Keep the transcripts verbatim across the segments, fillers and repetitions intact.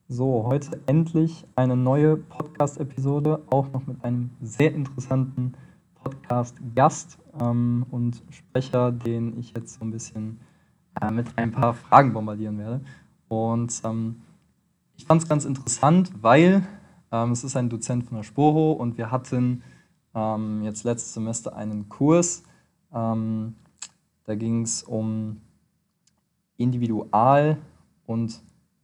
So, heute endlich eine neue Podcast-Episode, auch noch mit einem sehr interessanten Podcast-Gast ähm, und Sprecher, den ich jetzt so ein bisschen äh, mit ein paar Fragen bombardieren werde. Und ähm, ich fand es ganz interessant, weil ähm, es ist ein Dozent von der Sporo und wir hatten ähm, jetzt letztes Semester einen Kurs. Ähm, da ging es um Individual- und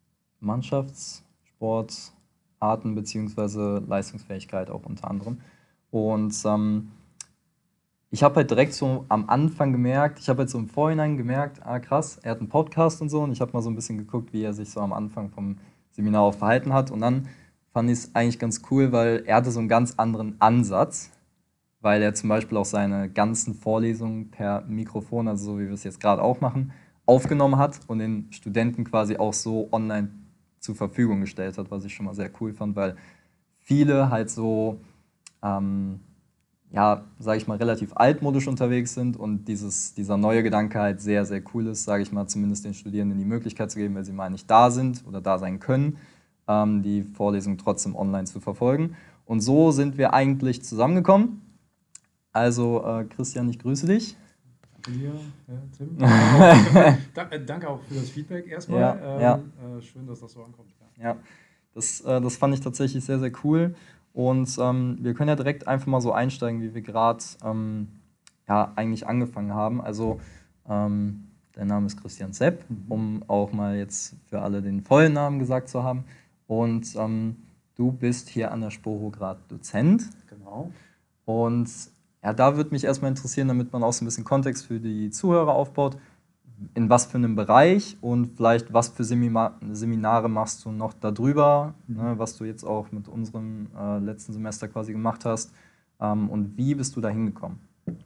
Mannschaftssportarten beziehungsweise Leistungsfähigkeit auch unter anderem. Und ähm, ich habe halt direkt so am Anfang gemerkt, ich habe halt so im Vorhinein gemerkt, ah krass, er hat einen Podcast und so, und ich habe mal so ein bisschen geguckt, wie er sich so am Anfang vom Seminar auch verhalten hat. Und dann fand ich es eigentlich ganz cool, weil er hatte so einen ganz anderen Ansatz, weil er zum Beispiel auch seine ganzen Vorlesungen per Mikrofon, also so wie wir es jetzt gerade auch machen, aufgenommen hat und den Studenten quasi auch so online zur Verfügung gestellt hat, was ich schon mal sehr cool fand, weil viele halt so, ähm, ja, sage ich mal, relativ altmodisch unterwegs sind und dieses, dieser neue Gedanke halt sehr, sehr cool ist, sage ich mal, zumindest den Studierenden die Möglichkeit zu geben, weil sie mal nicht da sind oder da sein können, ähm, die Vorlesung trotzdem online zu verfolgen. Und so sind wir eigentlich zusammengekommen. Also, äh, Christian, ich grüße dich. Danke dir, ja, Tim. Danke, für, da, danke auch für das Feedback erstmal. Ja, ähm, ja. Äh, schön, dass das so ankommt. Ja. Ja, das, äh, das fand ich tatsächlich sehr, sehr cool. Und ähm, wir können ja direkt einfach mal so einsteigen, wie wir gerade ähm, ja, eigentlich angefangen haben. Also, ähm, dein Name ist Christian Sepp, Mhm. um auch mal jetzt für alle den vollen Namen gesagt zu haben. Und ähm, du bist hier an der Sporo gerade Dozent. Genau. Und ja, da würde mich erstmal interessieren, damit man auch so ein bisschen Kontext für die Zuhörer aufbaut, in was für einem Bereich und vielleicht was für Semima Seminare machst du noch darüber, Mhm. ne, was du jetzt auch mit unserem äh, letzten Semester quasi gemacht hast, ähm, und wie bist du da hingekommen?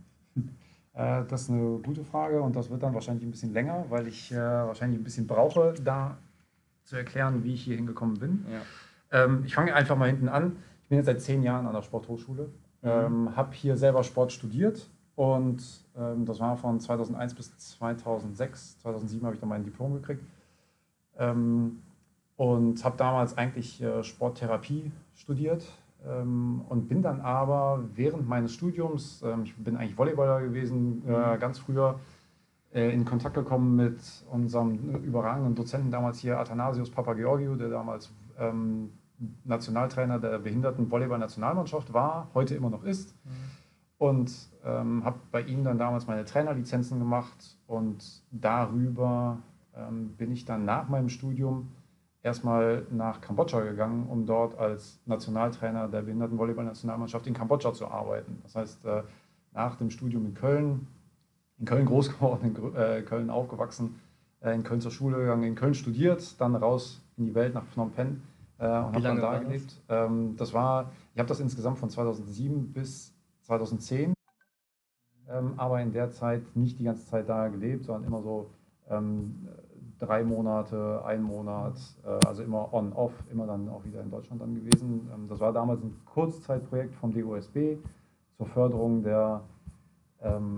Äh, das ist eine gute Frage und das wird dann wahrscheinlich ein bisschen länger, weil ich äh, wahrscheinlich ein bisschen brauche, da zu erklären, wie ich hier hingekommen bin. Ja. Ähm, ich fange einfach mal hinten an. Ich bin jetzt seit zehn Jahren an der Sporthochschule, Mhm. ähm, habe hier selber Sport studiert und ähm, das war von zweitausendeins bis zweitausendsechs. zweitausendsieben habe ich dann mein Diplom gekriegt. Ähm, und habe damals eigentlich äh, Sporttherapie studiert ähm, und bin dann aber während meines Studiums, ähm, ich bin eigentlich Volleyballer gewesen, äh, ganz früher äh, in Kontakt gekommen mit unserem überragenden Dozenten damals hier, Athanasios Papageorgiou, der damals ähm, Nationaltrainer der Behinderten-Volleyball-Nationalmannschaft war, heute immer noch ist. Mhm. Und ähm, habe bei ihm dann damals meine Trainerlizenzen gemacht und darüber ähm, bin ich dann nach meinem Studium erstmal nach Kambodscha gegangen, um dort als Nationaltrainer der Behindertenvolleyball-Nationalmannschaft in Kambodscha zu arbeiten. Das heißt, äh, nach dem Studium in Köln, in Köln groß geworden, in äh, Köln aufgewachsen, äh, in Köln zur Schule gegangen, in Köln studiert, dann raus in die Welt nach Phnom Penh äh, und habe dann da gelebt. Das? Ähm, das war, ich habe das insgesamt von zweitausendsieben bis zweitausendzehn, ähm, aber in der Zeit nicht die ganze Zeit da gelebt, sondern immer so ähm, drei Monate, ein Monat, äh, also immer on-off, immer dann auch wieder in Deutschland dann gewesen. Ähm, das war damals ein Kurzzeitprojekt vom D O S B zur Förderung der, ähm,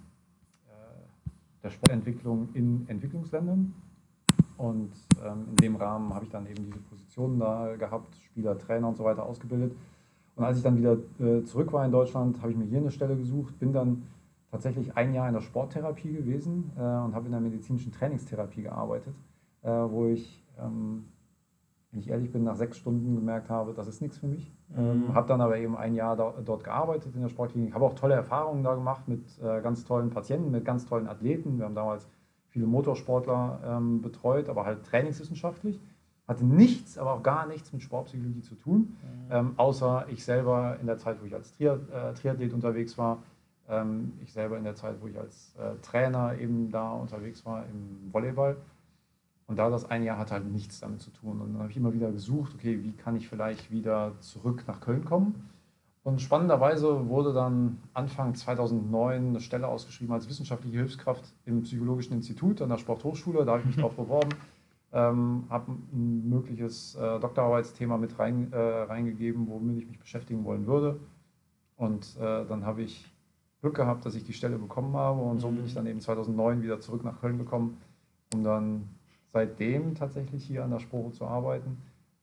äh, der Sportentwicklung in Entwicklungsländern. Und ähm, in dem Rahmen habe ich dann eben diese Positionen da gehabt, Spieler, Trainer und so weiter ausgebildet. Und als ich dann wieder äh, zurück war in Deutschland, habe ich mir hier eine Stelle gesucht, bin dann tatsächlich ein Jahr in der Sporttherapie gewesen äh, und habe in der medizinischen Trainingstherapie gearbeitet, äh, wo ich, ähm, wenn ich ehrlich bin, nach sechs Stunden gemerkt habe, das ist nichts für mich. Mhm. Ähm, habe dann aber eben ein Jahr da, dort gearbeitet in der Sportklinik, habe auch tolle Erfahrungen da gemacht mit äh, ganz tollen Patienten, mit ganz tollen Athleten. Wir haben damals viele Motorsportler ähm, betreut, aber halt trainingswissenschaftlich. Hatte nichts, aber auch gar nichts mit Sportpsychologie zu tun, mhm. ähm, außer ich selber in der Zeit, wo ich als Triath äh, Triathlet unterwegs war, ähm, ich selber in der Zeit, wo ich als äh, Trainer eben da unterwegs war im Volleyball. Und da das ein Jahr hat halt nichts damit zu tun. Und dann habe ich immer wieder gesucht, okay, wie kann ich vielleicht wieder zurück nach Köln kommen? Und spannenderweise wurde dann Anfang zweitausendneun eine Stelle ausgeschrieben als wissenschaftliche Hilfskraft im Psychologischen Institut an der Sporthochschule. Da habe ich mich drauf beworben, ähm, habe ein mögliches äh, Doktorarbeitsthema mit rein, äh, reingegeben, womit ich mich beschäftigen wollen würde. Und äh, dann habe ich Glück gehabt, dass ich die Stelle bekommen habe. Und so bin ich dann eben zweitausendneun wieder zurück nach Köln gekommen, um dann seitdem tatsächlich hier an der Sporo zu arbeiten.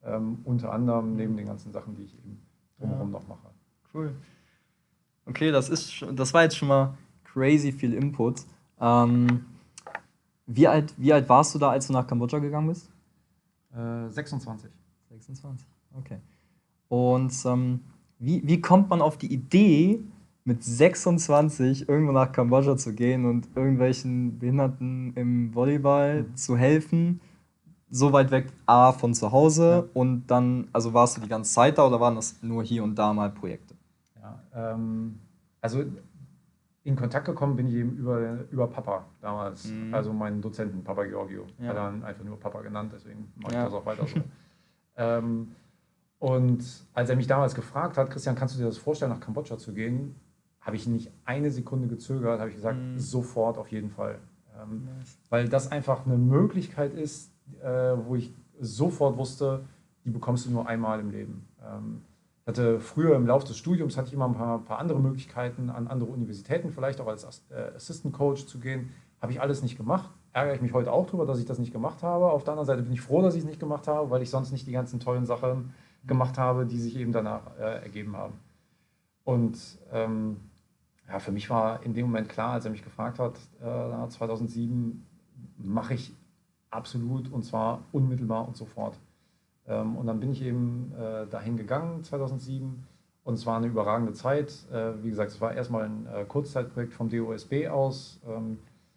Ähm, unter anderem neben den ganzen Sachen, die ich eben drumherum ja. noch mache. Cool. Okay, das, ist, das war jetzt schon mal crazy viel Input. Ähm, wie, alt, wie alt warst du da, als du nach Kambodscha gegangen bist? Äh, sechsundzwanzig. sechsundzwanzig, okay. Und ähm, wie, wie kommt man auf die Idee, mit sechsundzwanzig irgendwo nach Kambodscha zu gehen und irgendwelchen Behinderten im Volleyball mhm. zu helfen? So weit weg, A, von zu Hause ja. und dann, also warst du die ganze Zeit da oder waren das nur hier und da mal Projekte? Ja, ähm, also in Kontakt gekommen bin ich eben über, über Papa damals, mhm. also meinen Dozenten, Papa Georgio. Ja. Hat er einfach nur Papa genannt, deswegen mache ich ja. das auch weiter so. ähm, und als er mich damals gefragt hat, Christian, kannst du dir das vorstellen, nach Kambodscha zu gehen, habe ich nicht eine Sekunde gezögert, habe ich gesagt, mhm. sofort auf jeden Fall. Ähm, nice. Weil das einfach eine Möglichkeit ist, äh, wo ich sofort wusste, die bekommst du nur einmal im Leben. Ähm, Ich hatte früher im Laufe des Studiums hatte ich immer ein paar, paar andere Möglichkeiten, an andere Universitäten vielleicht auch als Assistant Coach zu gehen. Habe ich alles nicht gemacht. Ärgere ich mich heute auch darüber, dass ich das nicht gemacht habe. Auf der anderen Seite bin ich froh, dass ich es nicht gemacht habe, weil ich sonst nicht die ganzen tollen Sachen gemacht habe, die sich eben danach äh, ergeben haben. Und ähm, ja, für mich war in dem Moment klar, als er mich gefragt hat, äh, zweitausendsieben, mache ich absolut und zwar unmittelbar und sofort. Ähm, und dann bin ich eben äh, dahin gegangen zweitausendsieben und es war eine überragende Zeit. Äh, wie gesagt, es war erstmal ein äh, Kurzzeitprojekt vom D O S B aus. Ähm,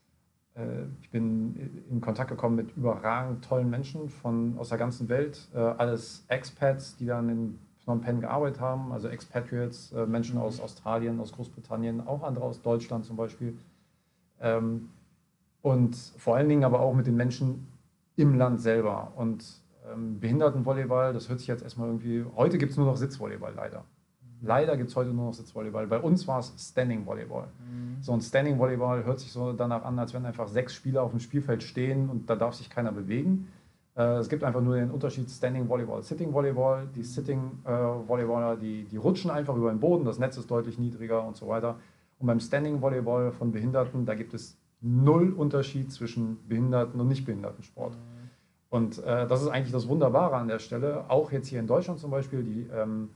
äh, ich bin in Kontakt gekommen mit überragend tollen Menschen von, aus der ganzen Welt. Äh, alles Expats, die dann in Phnom Penh gearbeitet haben, also Expatriates, äh, Menschen aus Australien, aus Großbritannien, auch andere aus Deutschland zum Beispiel. Ähm, und vor allen Dingen aber auch mit den Menschen im Land selber. Und Behindertenvolleyball, das hört sich jetzt erstmal irgendwie, heute gibt es nur noch Sitzvolleyball, leider. Leider gibt es heute nur noch Sitzvolleyball. Bei uns war es Standing Volleyball. Mhm. So ein Standing Volleyball hört sich so danach an, als wenn einfach sechs Spieler auf dem Spielfeld stehen und da darf sich keiner bewegen. Äh, es gibt einfach nur den Unterschied Standing Volleyball, Sitting Volleyball. Die Sitting äh, Volleyballer, die, die rutschen einfach über den Boden, das Netz ist deutlich niedriger und so weiter. Und beim Standing Volleyball von Behinderten, da gibt es null Unterschied zwischen Behinderten und Nichtbehindertensport. Mhm. Und äh, das ist eigentlich das Wunderbare an der Stelle, auch jetzt hier in Deutschland zum Beispiel, die ähm,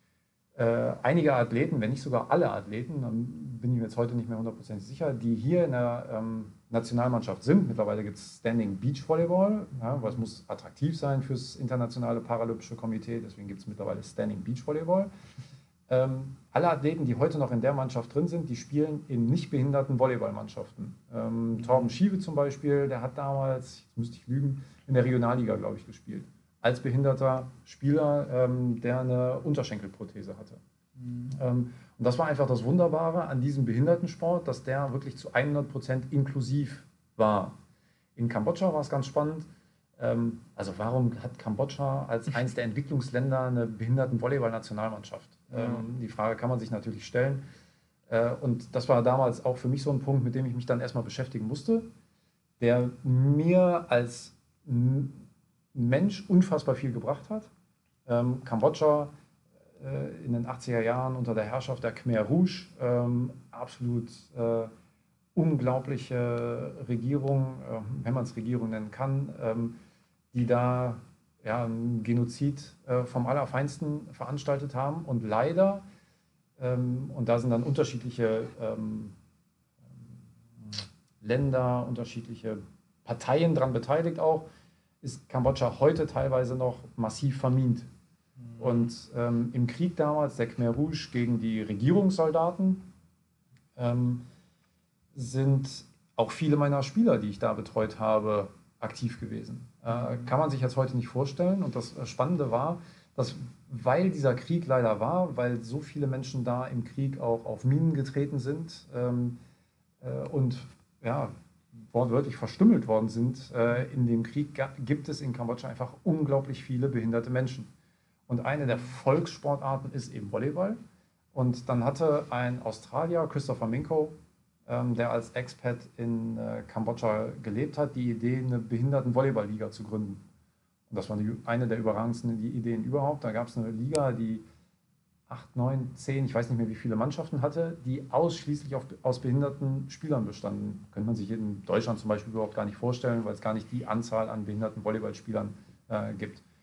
äh, einige Athleten, wenn nicht sogar alle Athleten, dann bin ich mir jetzt heute nicht mehr hundertprozentig sicher, die hier in der ähm, Nationalmannschaft sind. Mittlerweile gibt es Standing Beach Volleyball, ja, weil es muss attraktiv sein fürs internationale Paralympische Komitee, deswegen gibt es mittlerweile Standing Beach Volleyball. Ähm, alle Athleten, die heute noch in der Mannschaft drin sind, die spielen in nicht behinderten Volleyballmannschaften. Ähm, mhm. Torben Schiewe zum Beispiel, der hat damals, jetzt müsste ich lügen, in der Regionalliga, glaube ich, gespielt. Als behinderter Spieler, ähm, der eine Unterschenkelprothese hatte. Mhm. Ähm, und das war einfach das Wunderbare an diesem Behindertensport, dass der wirklich zu hundert Prozent inklusiv war. In Kambodscha war es ganz spannend. Ähm, also warum hat Kambodscha als eines der Entwicklungsländer eine Behinderten-Volleyball-Nationalmannschaft? Ja. Ähm, die Frage kann man sich natürlich stellen. Äh, und das war damals auch für mich so ein Punkt, mit dem ich mich dann erstmal beschäftigen musste, der mir als Mensch unfassbar viel gebracht hat. Ähm, Kambodscha äh, in den achtziger Jahren unter der Herrschaft der Khmer Rouge, ähm, absolut äh, unglaubliche Regierung, äh, wenn man es Regierung nennen kann, ähm, die da ja, einen Genozid äh, vom Allerfeinsten veranstaltet haben. Und leider, ähm, und da sind dann unterschiedliche ähm, Länder, unterschiedliche Parteien daran beteiligt auch, ist Kambodscha heute teilweise noch massiv vermint. Mhm. Und ähm, im Krieg damals, der Khmer Rouge gegen die Regierungssoldaten, ähm, sind auch viele meiner Spieler, die ich da betreut habe, aktiv gewesen. Äh, kann man sich jetzt heute nicht vorstellen. Und das Spannende war, dass, weil dieser Krieg leider war, weil so viele Menschen da im Krieg auch auf Minen getreten sind ähm, äh, und ja, wortwörtlich verstümmelt worden sind, äh, in dem Krieg gibt es in Kambodscha einfach unglaublich viele behinderte Menschen. Und eine der Volkssportarten ist eben Volleyball. Und dann hatte ein Australier, Christopher Minko, ähm, der als Expat in äh, Kambodscha gelebt hat, die Idee, eine Behinderten-Volleyball-Liga zu gründen. Und das war eine, eine der überragendsten Ideen überhaupt. Da gab es eine Liga, die acht, neun, zehn, ich weiß nicht mehr, wie viele Mannschaften hatte, die ausschließlich auf, aus behinderten Spielern bestanden. Könnte man sich in Deutschland zum Beispiel überhaupt gar nicht vorstellen, weil es gar nicht die Anzahl an behinderten Volleyballspielern äh, gibt.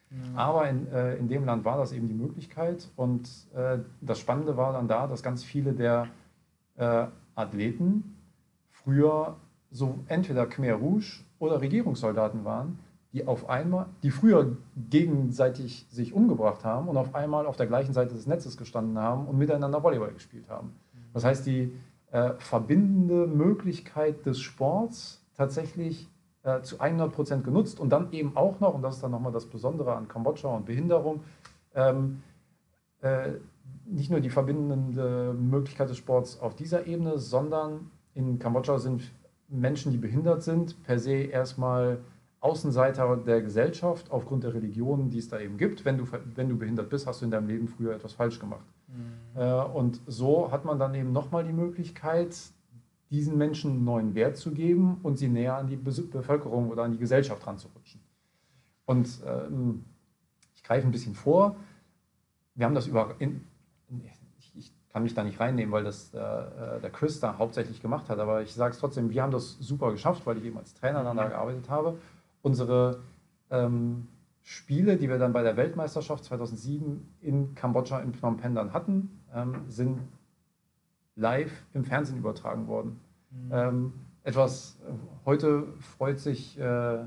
Ja. Aber in, äh, in dem Land war das eben die Möglichkeit. Und äh, das Spannende war dann da, dass ganz viele der äh, Athleten früher so entweder Khmer Rouge oder Regierungssoldaten waren, die auf einmal, die früher gegenseitig sich umgebracht haben und auf einmal auf der gleichen Seite des Netzes gestanden haben und miteinander Volleyball gespielt haben. Das heißt, die äh, verbindende Möglichkeit des Sports tatsächlich äh, zu hundert Prozent genutzt und dann eben auch noch, und das ist dann nochmal das Besondere an Kambodscha und Behinderung, ähm, äh, nicht nur die verbindende Möglichkeit des Sports auf dieser Ebene, sondern in Kambodscha sind Menschen, die behindert sind, per se erstmal Außenseiter der Gesellschaft aufgrund der Religion, die es da eben gibt. Wenn du, wenn du behindert bist, hast du in deinem Leben früher etwas falsch gemacht. Mhm. Äh, und so hat man dann eben nochmal die Möglichkeit, diesen Menschen einen neuen Wert zu geben und sie näher an die Be- Bevölkerung oder an die Gesellschaft ranzurutschen. Und ähm, ich greife ein bisschen vor. Wir haben das über... In, ich, ich kann mich da nicht reinnehmen, weil das äh, der Chris da hauptsächlich gemacht hat, aber ich sage es trotzdem, wir haben das super geschafft, weil ich eben als Trainer dann da gearbeitet habe. Unsere ähm, Spiele, die wir dann bei der Weltmeisterschaft zweitausendsieben in Kambodscha in Phnom Penh dann hatten, ähm, sind live im Fernsehen übertragen worden. Mhm. Ähm, etwas, äh, heute freut sich äh,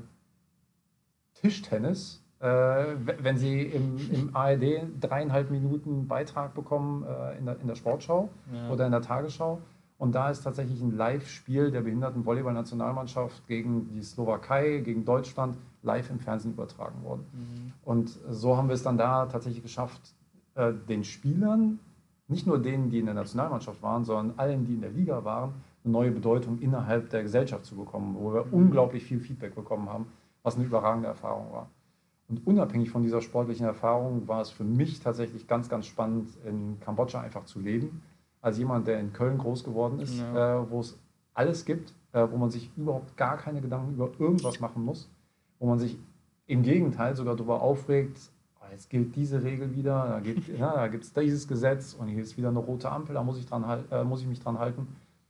Tischtennis, äh, wenn sie im, im A R D dreieinhalb Minuten Beitrag bekommen äh, in, der, in der Sportschau ja. oder in der Tagesschau. Und da ist tatsächlich ein Live-Spiel der Behinderten-Volleyball-Nationalmannschaft gegen die Slowakei, gegen Deutschland, live im Fernsehen übertragen worden. Mhm. Und so haben wir es dann da tatsächlich geschafft, äh, den Spielern, nicht nur denen, die in der Nationalmannschaft waren, sondern allen, die in der Liga waren, eine neue Bedeutung innerhalb der Gesellschaft zu bekommen, wo wir mhm. unglaublich viel Feedback bekommen haben, was eine überragende Erfahrung war. Und unabhängig von dieser sportlichen Erfahrung war es für mich tatsächlich ganz, ganz spannend, in Kambodscha einfach zu leben. Als jemand, der in Köln groß geworden ist, ja. äh, wo es alles gibt, äh, wo man sich überhaupt gar keine Gedanken über irgendwas machen muss, wo man sich im Gegenteil sogar darüber aufregt, oh, jetzt gilt diese Regel wieder, da gibt ja, da es dieses Gesetz und hier ist wieder eine rote Ampel, da muss ich, dran, äh, muss ich mich dran halten.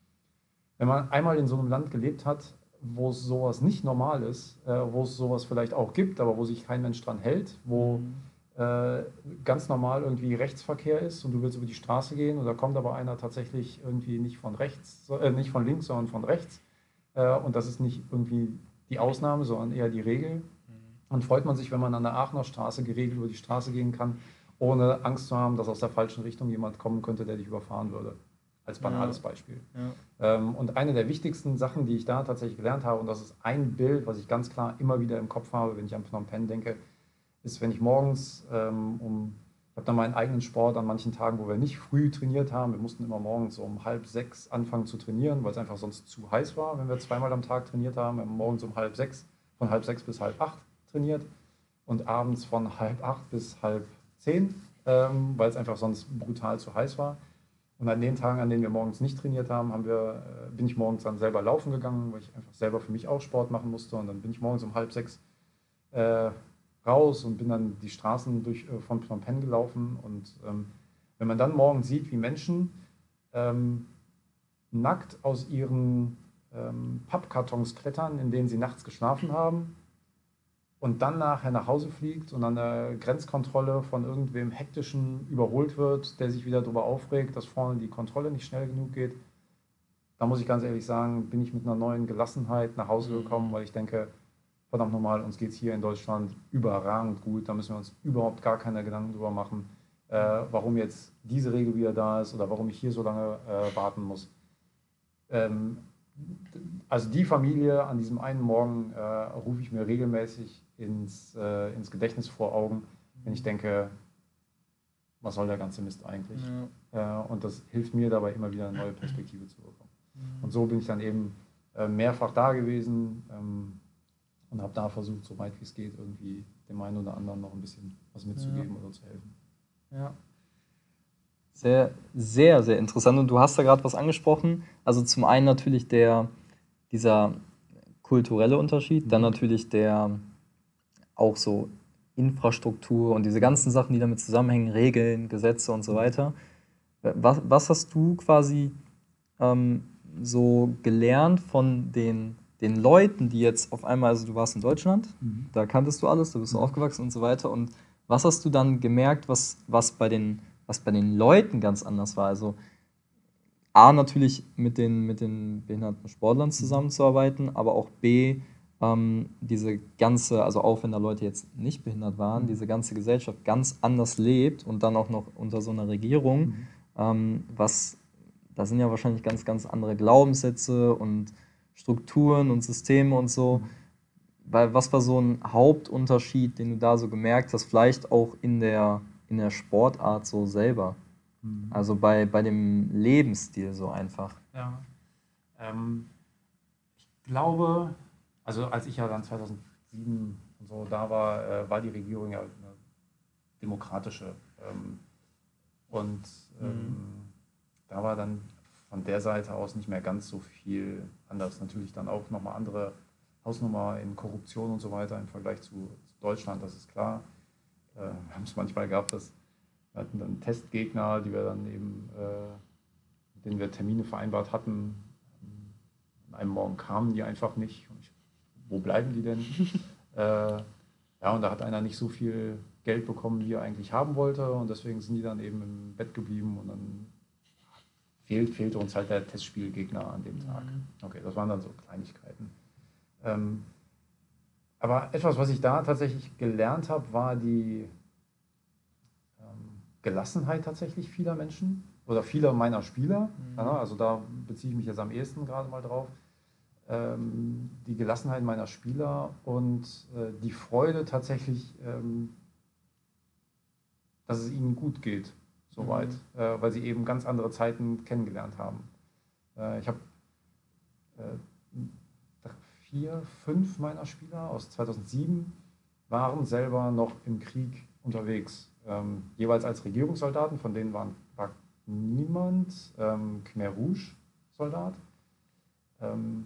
Wenn man einmal in so einem Land gelebt hat, wo es sowas nicht normal ist, äh, wo es sowas vielleicht auch gibt, aber wo sich kein Mensch dran hält, wo mhm. äh, ganz normal irgendwie Rechtsverkehr ist und du willst über die Straße gehen und da kommt aber einer tatsächlich irgendwie nicht von rechts, äh, nicht von links, sondern von rechts äh, und das ist nicht irgendwie die Ausnahme, sondern eher die Regel. Mhm. Dann freut man sich, wenn man an der Aachener Straße geregelt über die Straße gehen kann, ohne Angst zu haben, dass aus der falschen Richtung jemand kommen könnte, der dich überfahren würde. Als banales ja. Beispiel. Ja. Ähm, und eine der wichtigsten Sachen, die ich da tatsächlich gelernt habe, und das ist ein Bild, was ich ganz klar immer wieder im Kopf habe, wenn ich an Phnom Penh denke, ist, wenn ich morgens ähm, um, ich habe da meinen eigenen Sport an manchen Tagen, wo wir nicht früh trainiert haben, wir mussten immer morgens um halb sechs anfangen zu trainieren, weil es einfach sonst zu heiß war, wenn wir zweimal am Tag trainiert haben. Wir haben morgens um halb sechs, von halb sechs bis halb acht trainiert und abends von halb acht bis halb zehn, ähm, weil es einfach sonst brutal zu heiß war. Und an den Tagen, an denen wir morgens nicht trainiert haben, haben wir, äh, bin ich morgens dann selber laufen gegangen, weil ich einfach selber für mich auch Sport machen musste. Und dann bin ich morgens um halb sechs äh, raus und bin dann die Straßen durch, äh, von Phnom Penh gelaufen. Und ähm, wenn man dann morgens sieht, wie Menschen ähm, nackt aus ihren ähm, Pappkartons klettern, in denen sie nachts geschlafen haben, und dann nachher nach Hause fliegt und an der Grenzkontrolle von irgendwem Hektischen überholt wird, der sich wieder darüber aufregt, dass vorne die Kontrolle nicht schnell genug geht, da muss ich ganz ehrlich sagen, bin ich mit einer neuen Gelassenheit nach Hause gekommen, weil ich denke, verdammt nochmal, uns geht es hier in Deutschland überragend gut, da müssen wir uns überhaupt gar keine Gedanken drüber machen, äh, warum jetzt diese Regel wieder da ist oder warum ich hier so lange äh, warten muss. Ähm, Also die Familie an diesem einen Morgen äh, rufe ich mir regelmäßig ins, äh, ins Gedächtnis vor Augen, wenn ich denke, was soll der ganze Mist eigentlich? Ja. Äh, und das hilft mir dabei, immer wieder eine neue Perspektive zu bekommen. Mhm. Und so bin ich dann eben äh, mehrfach da gewesen ähm, und habe da versucht, so weit wie es geht, irgendwie dem einen oder anderen noch ein bisschen was mitzugeben ja. oder zu helfen. Ja. Sehr, sehr, sehr interessant. Und du hast da gerade was angesprochen. Also zum einen natürlich der, dieser kulturelle Unterschied, mhm. dann natürlich der auch so Infrastruktur und diese ganzen Sachen, die damit zusammenhängen, Regeln, Gesetze und so weiter. Was, was hast du quasi ähm, so gelernt von den den Leuten, die jetzt auf einmal, also du warst in Deutschland, Mhm. da kanntest du alles, da bist du Mhm. aufgewachsen und so weiter. Und was hast du dann gemerkt, was, was, bei den, was bei den Leuten ganz anders war? Also A, natürlich mit den, mit den behinderten Sportlern zusammenzuarbeiten, aber auch B, ähm, diese ganze, also auch wenn da Leute jetzt nicht behindert waren, Mhm. diese ganze Gesellschaft ganz anders lebt und dann auch noch unter so einer Regierung, Mhm. ähm, was, da sind ja wahrscheinlich ganz, ganz andere Glaubenssätze und Strukturen und Systeme und so. Mhm. Weil was war so ein Hauptunterschied, den du da so gemerkt hast, vielleicht auch in der, in der Sportart so selber? Mhm. Also bei, bei dem Lebensstil so einfach. Ja. Ähm, ich glaube, also als ich ja dann zweitausendsieben und so da war, äh, war die Regierung ja eine demokratische. Ähm, und ähm, da war dann von der Seite aus nicht mehr ganz so viel anders. Natürlich dann auch nochmal andere Hausnummer in Korruption und so weiter im Vergleich zu, zu Deutschland, das ist klar. Äh, wir haben es manchmal gehabt, dass wir hatten dann Testgegner, die wir dann eben, äh, mit denen wir Termine vereinbart hatten. An einem Morgen kamen die einfach nicht. Und ich, wo bleiben die denn? äh, ja, und da hat einer nicht so viel Geld bekommen, wie er eigentlich haben wollte. Und deswegen sind die dann eben im Bett geblieben. Und dann fehlt, fehlte uns halt der Testspielgegner an dem Tag. Okay, das waren dann so Kleinigkeiten. Ähm, aber etwas, was ich da tatsächlich gelernt habe, war die ähm, Gelassenheit tatsächlich vieler Menschen oder vieler meiner Spieler. Mhm. Ja, also da beziehe ich mich jetzt am ehesten gerade mal drauf. Ähm, die Gelassenheit meiner Spieler und äh, die Freude tatsächlich, ähm, dass es ihnen gut geht, soweit, Mhm. äh, weil sie eben ganz andere Zeiten kennengelernt haben. Äh, ich habe äh, vier, fünf meiner Spieler aus zweitausendsieben waren selber noch im Krieg unterwegs. Ähm, jeweils als Regierungssoldaten, von denen waren, war niemand ähm, Khmer Rouge-Soldat. Ähm,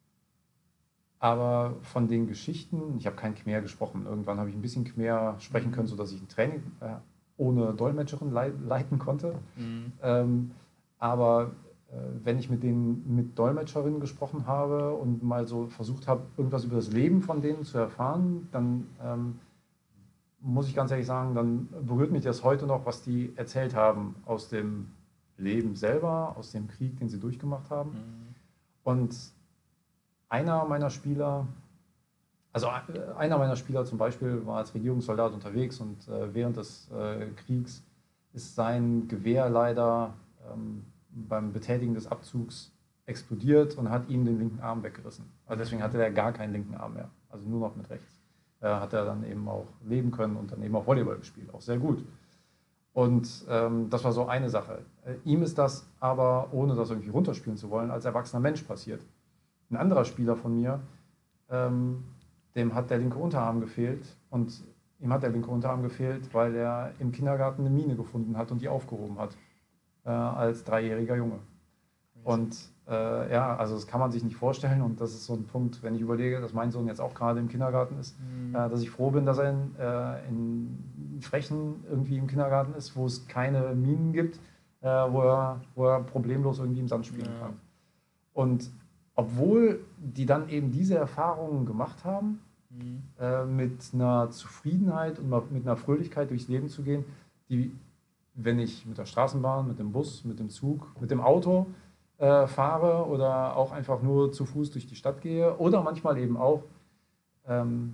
aber von den Geschichten, ich habe kein Khmer gesprochen, irgendwann habe ich ein bisschen Khmer sprechen können, sodass ich ein Training äh, ohne Dolmetscherin lei leiten konnte. Mhm. Ähm, aber äh, wenn ich mit denen mit Dolmetscherinnen gesprochen habe und mal so versucht habe, irgendwas über das Leben von denen zu erfahren, dann ähm, muss ich ganz ehrlich sagen, dann berührt mich das heute noch, was die erzählt haben aus dem Leben selber, aus dem Krieg, den sie durchgemacht haben. Mhm. Und einer meiner Spieler, also äh, einer meiner Spieler zum Beispiel war als Regierungssoldat unterwegs und äh, während des äh, Kriegs ist sein Gewehr leider ähm, beim Betätigen des Abzugs explodiert und hat ihm den linken Arm weggerissen. Also deswegen hatte er gar keinen linken Arm mehr, also nur noch mit rechts. Äh, hat er dann eben auch leben können und dann eben auch Volleyball gespielt, auch sehr gut. Und ähm, das war so eine Sache. Äh, ihm ist das aber, ohne das irgendwie runterspielen zu wollen, als erwachsener Mensch passiert. Ein anderer Spieler von mir, ähm, dem hat der linke Unterarm gefehlt und ihm hat der linke Unterarm gefehlt, weil er im Kindergarten eine Mine gefunden hat und die aufgehoben hat äh, als dreijähriger Junge. Und äh, ja, also das kann man sich nicht vorstellen und das ist so ein Punkt, wenn ich überlege, dass mein Sohn jetzt auch gerade im Kindergarten ist, Mhm. äh, dass ich froh bin, dass er in, äh, in Frechen irgendwie im Kindergarten ist, wo es keine Minen gibt, äh, wo, er, wo er problemlos irgendwie im Sand spielen Ja. kann. Und obwohl die dann eben diese Erfahrungen gemacht haben, Mhm. äh, mit einer Zufriedenheit und mit einer Fröhlichkeit durchs Leben zu gehen, die, wenn ich mit der Straßenbahn, mit dem Bus, mit dem Zug, mit dem Auto äh, fahre oder auch einfach nur zu Fuß durch die Stadt gehe oder manchmal eben auch ähm,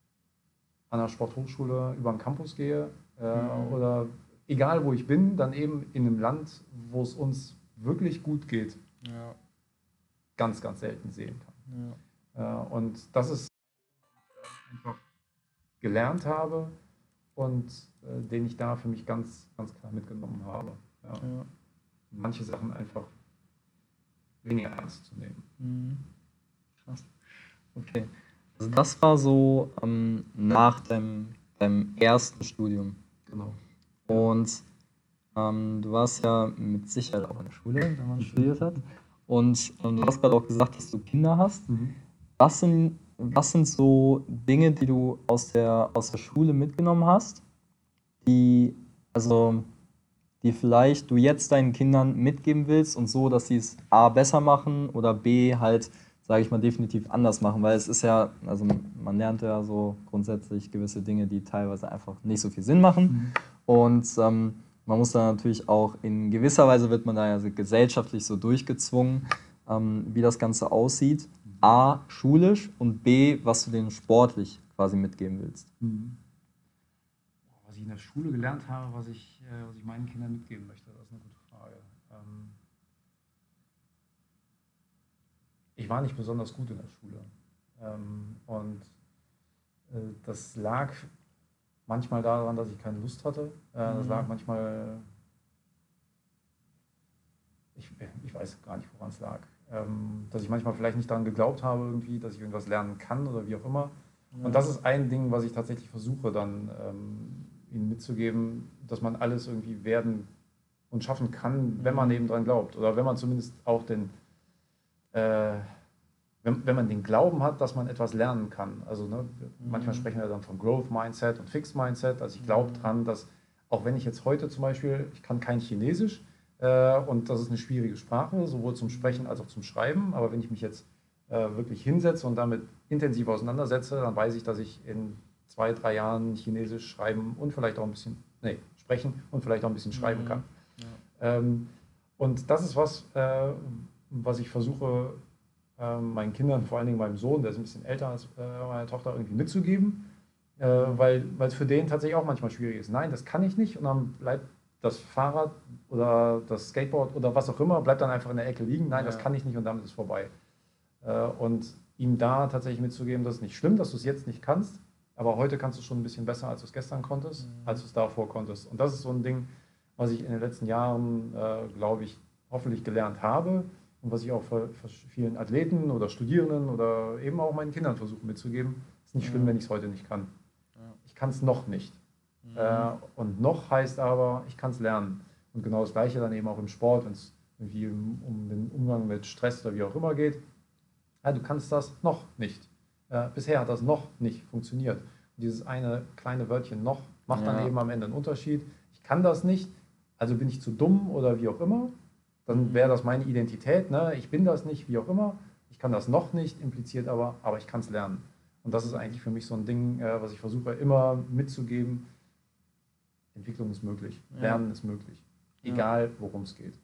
an der Sporthochschule über den Campus gehe äh, Mhm. oder egal wo ich bin, dann eben in einem Land, wo es uns wirklich gut geht, Ja. ganz, ganz selten sehen kann. Ja. Äh, und das ist einfach gelernt habe und äh, den ich da für mich ganz, ganz klar mitgenommen habe. Ja. Ja. Manche Sachen einfach weniger ernst zu nehmen. Mhm. Krass. Okay. Also das war so ähm, nach deinem, deinem ersten Studium. Genau. Und ähm, du warst ja mit Sicherheit auch in der Schule, wenn man studiert hat. Und ähm, du hast gerade auch gesagt, dass du Kinder hast. Mhm. Was sind, was sind so Dinge, die du aus der, aus der Schule mitgenommen hast, die, also, die vielleicht du jetzt deinen Kindern mitgeben willst und so, dass sie es A besser machen oder B halt sage ich mal, definitiv anders machen, weil es ist ja, also man lernt ja so grundsätzlich gewisse Dinge, die teilweise einfach nicht so viel Sinn machen. Mhm. Und ähm, man muss da natürlich auch, in gewisser Weise wird man da ja gesellschaftlich so durchgezwungen, ähm, wie das Ganze aussieht. A, schulisch und B, was du denen sportlich quasi mitgeben willst. Mhm. Was ich in der Schule gelernt habe, was ich, äh, was ich meinen Kindern mitgeben möchte, das ist eine gute Frage. Ähm ich war nicht besonders gut in der Schule. Ähm, und äh, das lag manchmal daran, dass ich keine Lust hatte. Äh, das mhm. lag manchmal, ich, ich weiß gar nicht, woran es lag. Ähm, dass ich manchmal vielleicht nicht daran geglaubt habe, irgendwie, dass ich irgendwas lernen kann oder wie auch immer. Ja. Und das ist ein Ding, was ich tatsächlich versuche, dann ähm, ihnen mitzugeben, dass man alles irgendwie werden und schaffen kann, wenn man eben dran glaubt. Oder wenn man zumindest auch den, äh, wenn, wenn man den Glauben hat, dass man etwas lernen kann. Also ne, mhm. manchmal sprechen wir dann von Growth Mindset und Fixed Mindset. Also ich glaube mhm. dran, dass auch wenn ich jetzt heute zum Beispiel, ich kann kein Chinesisch, äh, und das ist eine schwierige Sprache, sowohl zum Sprechen als auch zum Schreiben. Aber wenn ich mich jetzt äh, wirklich hinsetze und damit intensiv auseinandersetze, dann weiß ich, dass ich in zwei, drei Jahren Chinesisch schreiben und vielleicht auch ein bisschen, nee, sprechen und vielleicht auch ein bisschen schreiben kann. Ja. Ähm, und das ist was, äh, was ich versuche, äh, meinen Kindern, vor allen Dingen meinem Sohn, der ist ein bisschen älter als äh, meine Tochter, irgendwie mitzugeben, äh, weil es für den tatsächlich auch manchmal schwierig ist. Nein, das kann ich nicht, und dann bleibt das Fahrrad oder das Skateboard oder was auch immer, bleibt dann einfach in der Ecke liegen. Nein, ja. das kann ich nicht, und damit ist es vorbei. Äh, und ihm da tatsächlich mitzugeben, das ist nicht schlimm, dass du es jetzt nicht kannst, aber heute kannst du es schon ein bisschen besser, als du es gestern konntest, mhm. als du es davor konntest. Und das ist so ein Ding, was ich in den letzten Jahren, äh, glaube ich, hoffentlich gelernt habe und was ich auch für, für vielen Athleten oder Studierenden oder eben auch meinen Kindern versuche mitzugeben. Es ist nicht schlimm, mhm. wenn ich es heute nicht kann. Ja. Ich kann es noch nicht. Mhm. Äh, und noch heißt aber, ich kann es lernen. Und genau das Gleiche dann eben auch im Sport, wenn es irgendwie um, um den Umgang mit Stress oder wie auch immer geht. Ja, du kannst das noch nicht. Äh, bisher hat das noch nicht funktioniert. Und dieses eine kleine Wörtchen noch macht ja. dann eben am Ende einen Unterschied. Ich kann das nicht, also bin ich zu dumm oder wie auch immer. Dann wäre das meine Identität. Ne? Ich bin das nicht, wie auch immer. Ich kann das noch nicht, impliziert aber, aber ich kann es lernen. Und das ist eigentlich für mich so ein Ding, äh, was ich versuche immer mitzugeben. Entwicklung ist möglich, ja. Lernen ist möglich. Egal, ja. worum es geht.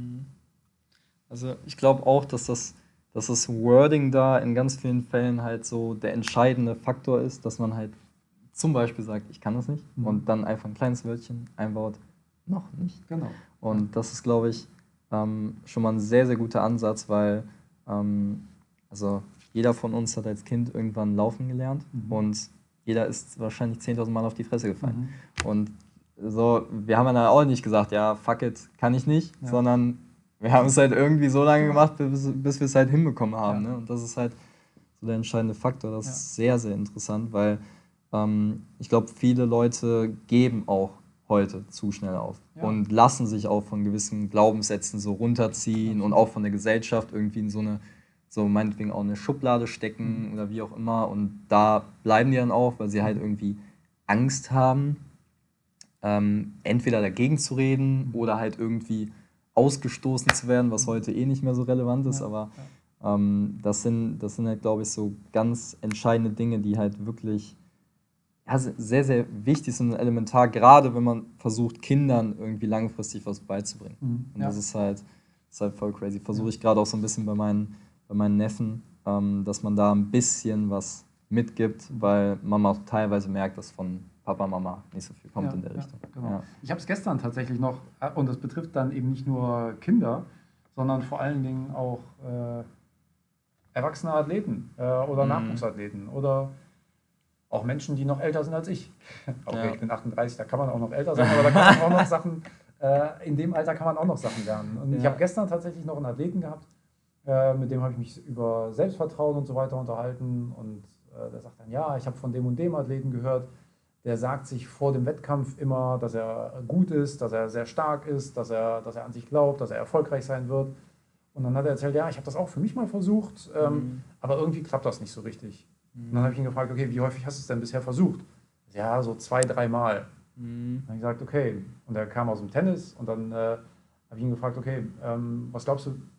Also ich glaube auch, dass das, dass das Wording da in ganz vielen Fällen halt so der entscheidende Faktor ist, dass man halt zum Beispiel sagt, ich kann das nicht, mhm. und dann einfach ein kleines Wörtchen einbaut, noch nicht. Genau. Und das ist, glaube ich, ähm, schon mal ein sehr, sehr guter Ansatz, weil ähm, also jeder von uns hat als Kind irgendwann laufen gelernt, mhm. und jeder ist wahrscheinlich zehntausend Mal auf die Fresse gefallen. Mhm. Und so, wir haben dann auch nicht gesagt, ja, fuck it, kann ich nicht, ja. sondern wir haben es halt irgendwie so lange gemacht, bis, bis wir es halt hinbekommen haben. Ja. Ne? Und das ist halt so der entscheidende Faktor. Das ja. ist sehr, sehr interessant, weil ähm, ich glaube, viele Leute geben auch heute zu schnell auf ja. und lassen sich auch von gewissen Glaubenssätzen so runterziehen, und auch von der Gesellschaft irgendwie in so eine, so meinetwegen auch eine Schublade stecken, mhm. oder wie auch immer. Und da bleiben die dann auch, weil sie halt irgendwie Angst haben, ähm, entweder dagegen zu reden oder halt irgendwie ausgestoßen zu werden, was heute eh nicht mehr so relevant ist. Ja, aber ja. ähm, das sind, das sind halt, glaube ich, so ganz entscheidende Dinge, die halt wirklich ja, sehr, sehr wichtig sind und elementar, gerade wenn man versucht, Kindern irgendwie langfristig was beizubringen. Mhm, und ja. das ist halt, das ist halt voll crazy. Versuche ja. ich gerade auch so ein bisschen bei meinen, bei meinen Neffen, ähm, dass man da ein bisschen was mitgibt, weil man auch teilweise merkt, dass von Papa, Mama nicht so viel kommt ja, in der Richtung. Ja, genau. ja. Ich habe es gestern tatsächlich noch, und das betrifft dann eben nicht nur Kinder, sondern vor allen Dingen auch äh, erwachsene Athleten äh, oder mhm. Nachwuchsathleten oder auch Menschen, die noch älter sind als ich. Okay, ja. ich bin achtunddreißig, da kann man auch noch älter sein, aber da kann man auch noch Sachen, äh, in dem Alter kann man auch noch Sachen lernen. Und ja. ich habe gestern tatsächlich noch einen Athleten gehabt, äh, mit dem habe ich mich über Selbstvertrauen und so weiter unterhalten, und äh, der sagt dann, ja, ich habe von dem und dem Athleten gehört, der sagt sich vor dem Wettkampf immer, dass er gut ist, dass er sehr stark ist, dass er, dass er an sich glaubt, dass er erfolgreich sein wird. Und dann hat er erzählt, ja, ich habe das auch für mich mal versucht, ähm, mhm. aber irgendwie klappt das nicht so richtig. Mhm. Und dann habe ich ihn gefragt, okay, wie häufig hast du es denn bisher versucht? Ja, so zwei, drei Mal. Mhm. Dann habe ich gesagt, okay. Und er kam aus dem Tennis, und dann äh, habe ich ihn gefragt, okay, ähm, was glaubst du,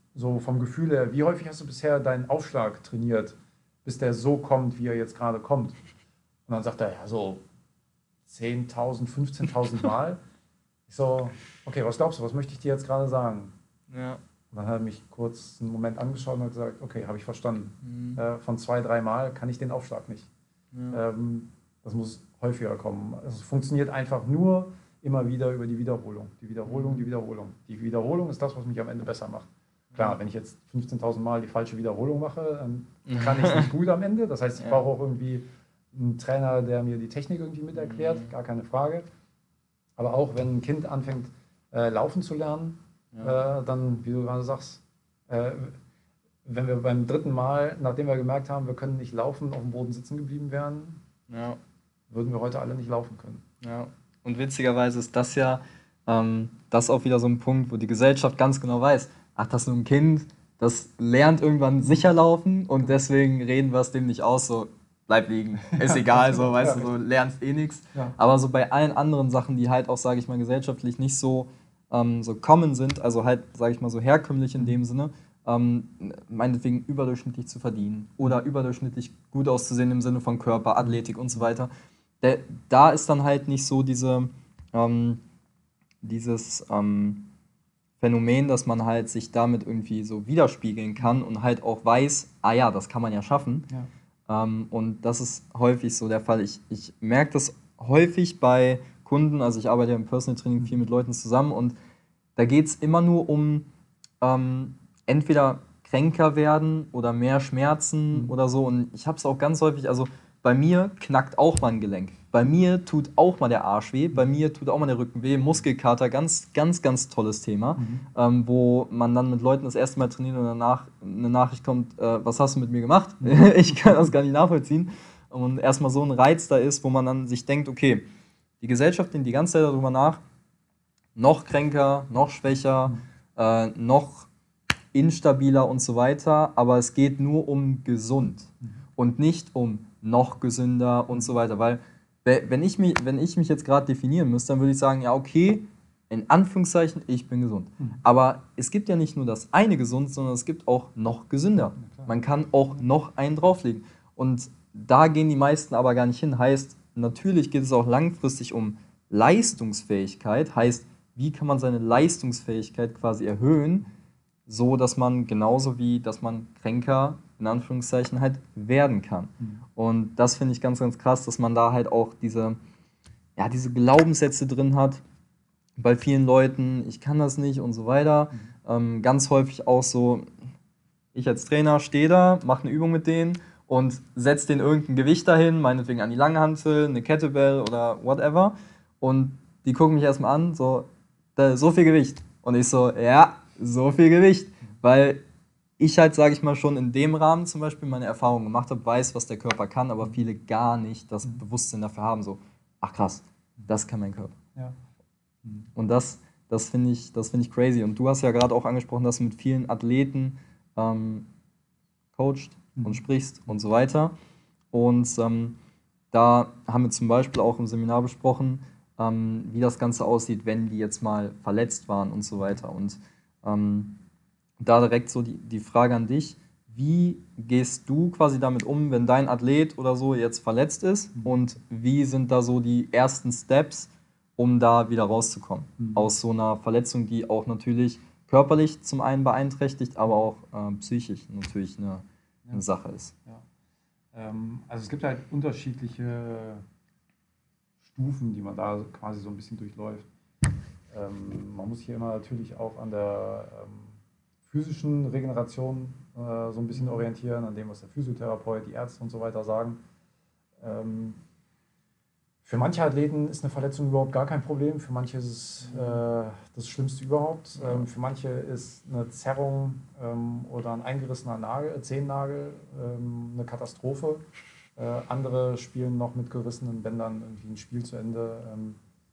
so vom Gefühl her, wie häufig hast du bisher deinen Aufschlag trainiert, bis der so kommt, wie er jetzt gerade kommt? Und dann sagt er, ja, so zehntausend, fünfzehntausend Mal. Ich so, okay, was glaubst du, was möchte ich dir jetzt gerade sagen? Ja. Und dann hat er mich kurz einen Moment angeschaut und hat gesagt, okay, habe ich verstanden. Mhm. Äh, von zwei, drei Mal kann ich den Aufschlag nicht. Ja. Ähm, das muss häufiger kommen. Es funktioniert einfach nur immer wieder über die Wiederholung. Die Wiederholung, die Wiederholung. Die Wiederholung ist das, was mich am Ende besser macht. Klar, wenn ich jetzt fünfzehntausend Mal die falsche Wiederholung mache, dann kann ich es nicht gut am Ende. Das heißt, ich Ja. brauche auch irgendwie einen Trainer, der mir die Technik irgendwie mit erklärt, Mhm. gar keine Frage. Aber auch wenn ein Kind anfängt, äh, laufen zu lernen, Ja. äh, dann, wie du gerade sagst, äh, wenn wir beim dritten Mal, nachdem wir gemerkt haben, wir können nicht laufen, auf dem Boden sitzen geblieben wären, Ja. würden wir heute alle nicht laufen können. Ja. Und witzigerweise ist das ja ähm, das auch wieder so ein Punkt, wo die Gesellschaft ganz genau weiß, ach, das ist nur ein Kind, das lernt irgendwann sicher laufen und deswegen reden wir es dem nicht aus, so bleib liegen, ist Ja, egal, ganz so, genau. weißt Ja, du, so richtig. lernst eh nichts. Ja. Aber so bei allen anderen Sachen, die halt auch, sage ich mal, gesellschaftlich nicht so, ähm, so common sind, also halt, sage ich mal, so herkömmlich in dem Sinne, ähm, meinetwegen überdurchschnittlich zu verdienen oder überdurchschnittlich gut auszusehen im Sinne von Körper, Athletik und so weiter. Der, da ist dann halt nicht so diese, ähm, dieses ähm, Phänomen, dass man halt sich damit irgendwie so widerspiegeln kann und halt auch weiß, ah ja, das kann man ja schaffen. Ja. Ähm, und das ist häufig so der Fall. Ich, ich merke das häufig bei Kunden, also ich arbeite ja im Personal Training viel mit Leuten zusammen und da geht es immer nur um ähm, entweder kränker werden oder mehr Schmerzen Mhm. oder so. Und ich habe es auch ganz häufig, also bei mir knackt auch mal ein Gelenk. Bei mir tut auch mal der Arsch weh, bei mir tut auch mal der Rücken weh, Muskelkater, ganz, ganz, ganz tolles Thema, Mhm. ähm, wo man dann mit Leuten das erste Mal trainiert und danach eine Nachricht kommt, äh, was hast du mit mir gemacht? Ich kann das gar nicht nachvollziehen. Und erstmal so ein Reiz da ist, wo man dann sich denkt, okay, die Gesellschaft denkt die ganze Zeit darüber nach, noch kränker, noch schwächer, äh, noch instabiler und so weiter, aber es geht nur um gesund und nicht um noch gesünder und so weiter, weil we- wenn ich mich, wenn ich mich jetzt gerade definieren müsste, dann würde ich sagen, ja okay, in Anführungszeichen, ich bin gesund. Aber es gibt ja nicht nur das eine gesund, sondern es gibt auch noch gesünder. Man kann auch noch einen drauflegen. Und da gehen die meisten aber gar nicht hin. Heißt, natürlich geht es auch langfristig um Leistungsfähigkeit. Heißt, wie kann man seine Leistungsfähigkeit quasi erhöhen, so dass man genauso wie, dass man kränker, in Anführungszeichen, halt werden kann. Mhm. Und das finde ich ganz, ganz krass, dass man da halt auch diese, ja, diese Glaubenssätze drin hat, bei vielen Leuten, ich kann das nicht und so weiter. Ähm, ganz häufig auch so, ich als Trainer stehe da, mache eine Übung mit denen und setze denen irgendein Gewicht dahin, meinetwegen an die Langhantel, eine Kettlebell oder whatever. Und die gucken mich erstmal an, so, da, so viel Gewicht. Und ich so, ja, so viel Gewicht. Weil ich halt, sage ich mal, schon in dem Rahmen zum Beispiel meine Erfahrungen gemacht habe, weiß, was der Körper kann, aber viele gar nicht das Bewusstsein dafür haben, so, ach krass, das kann mein Körper. Ja. Und das, das finde ich, das find ich crazy. Und du hast ja gerade auch angesprochen, dass du mit vielen Athleten ähm, coacht und sprichst und so weiter. Und ähm, da haben wir zum Beispiel auch im Seminar besprochen, ähm, wie das Ganze aussieht, wenn die jetzt mal verletzt waren und so weiter. Und ähm, da direkt so die, die Frage an dich, wie gehst du quasi damit um, wenn dein Athlet oder so jetzt verletzt ist und wie sind da so die ersten Steps, um da wieder rauszukommen Mhm. aus so einer Verletzung, die auch natürlich körperlich zum einen beeinträchtigt, aber auch äh, psychisch natürlich eine, eine Ja. Sache ist. Ja. Ähm, also es gibt halt unterschiedliche Stufen, die man da quasi so ein bisschen durchläuft. Ähm, man muss hier immer natürlich auch an der ähm, physischen Regeneration äh, so ein bisschen orientieren, an dem, was der Physiotherapeut, die Ärzte und so weiter sagen. Ähm, für manche Athleten ist eine Verletzung überhaupt gar kein Problem, für manche ist es äh, das Schlimmste überhaupt. Ähm, für manche ist eine Zerrung ähm, oder ein eingerissener Nagel, äh, Zehennagel ähm, eine Katastrophe. Äh, andere spielen noch mit gerissenen Bändern irgendwie ein Spiel zu Ende. Ähm,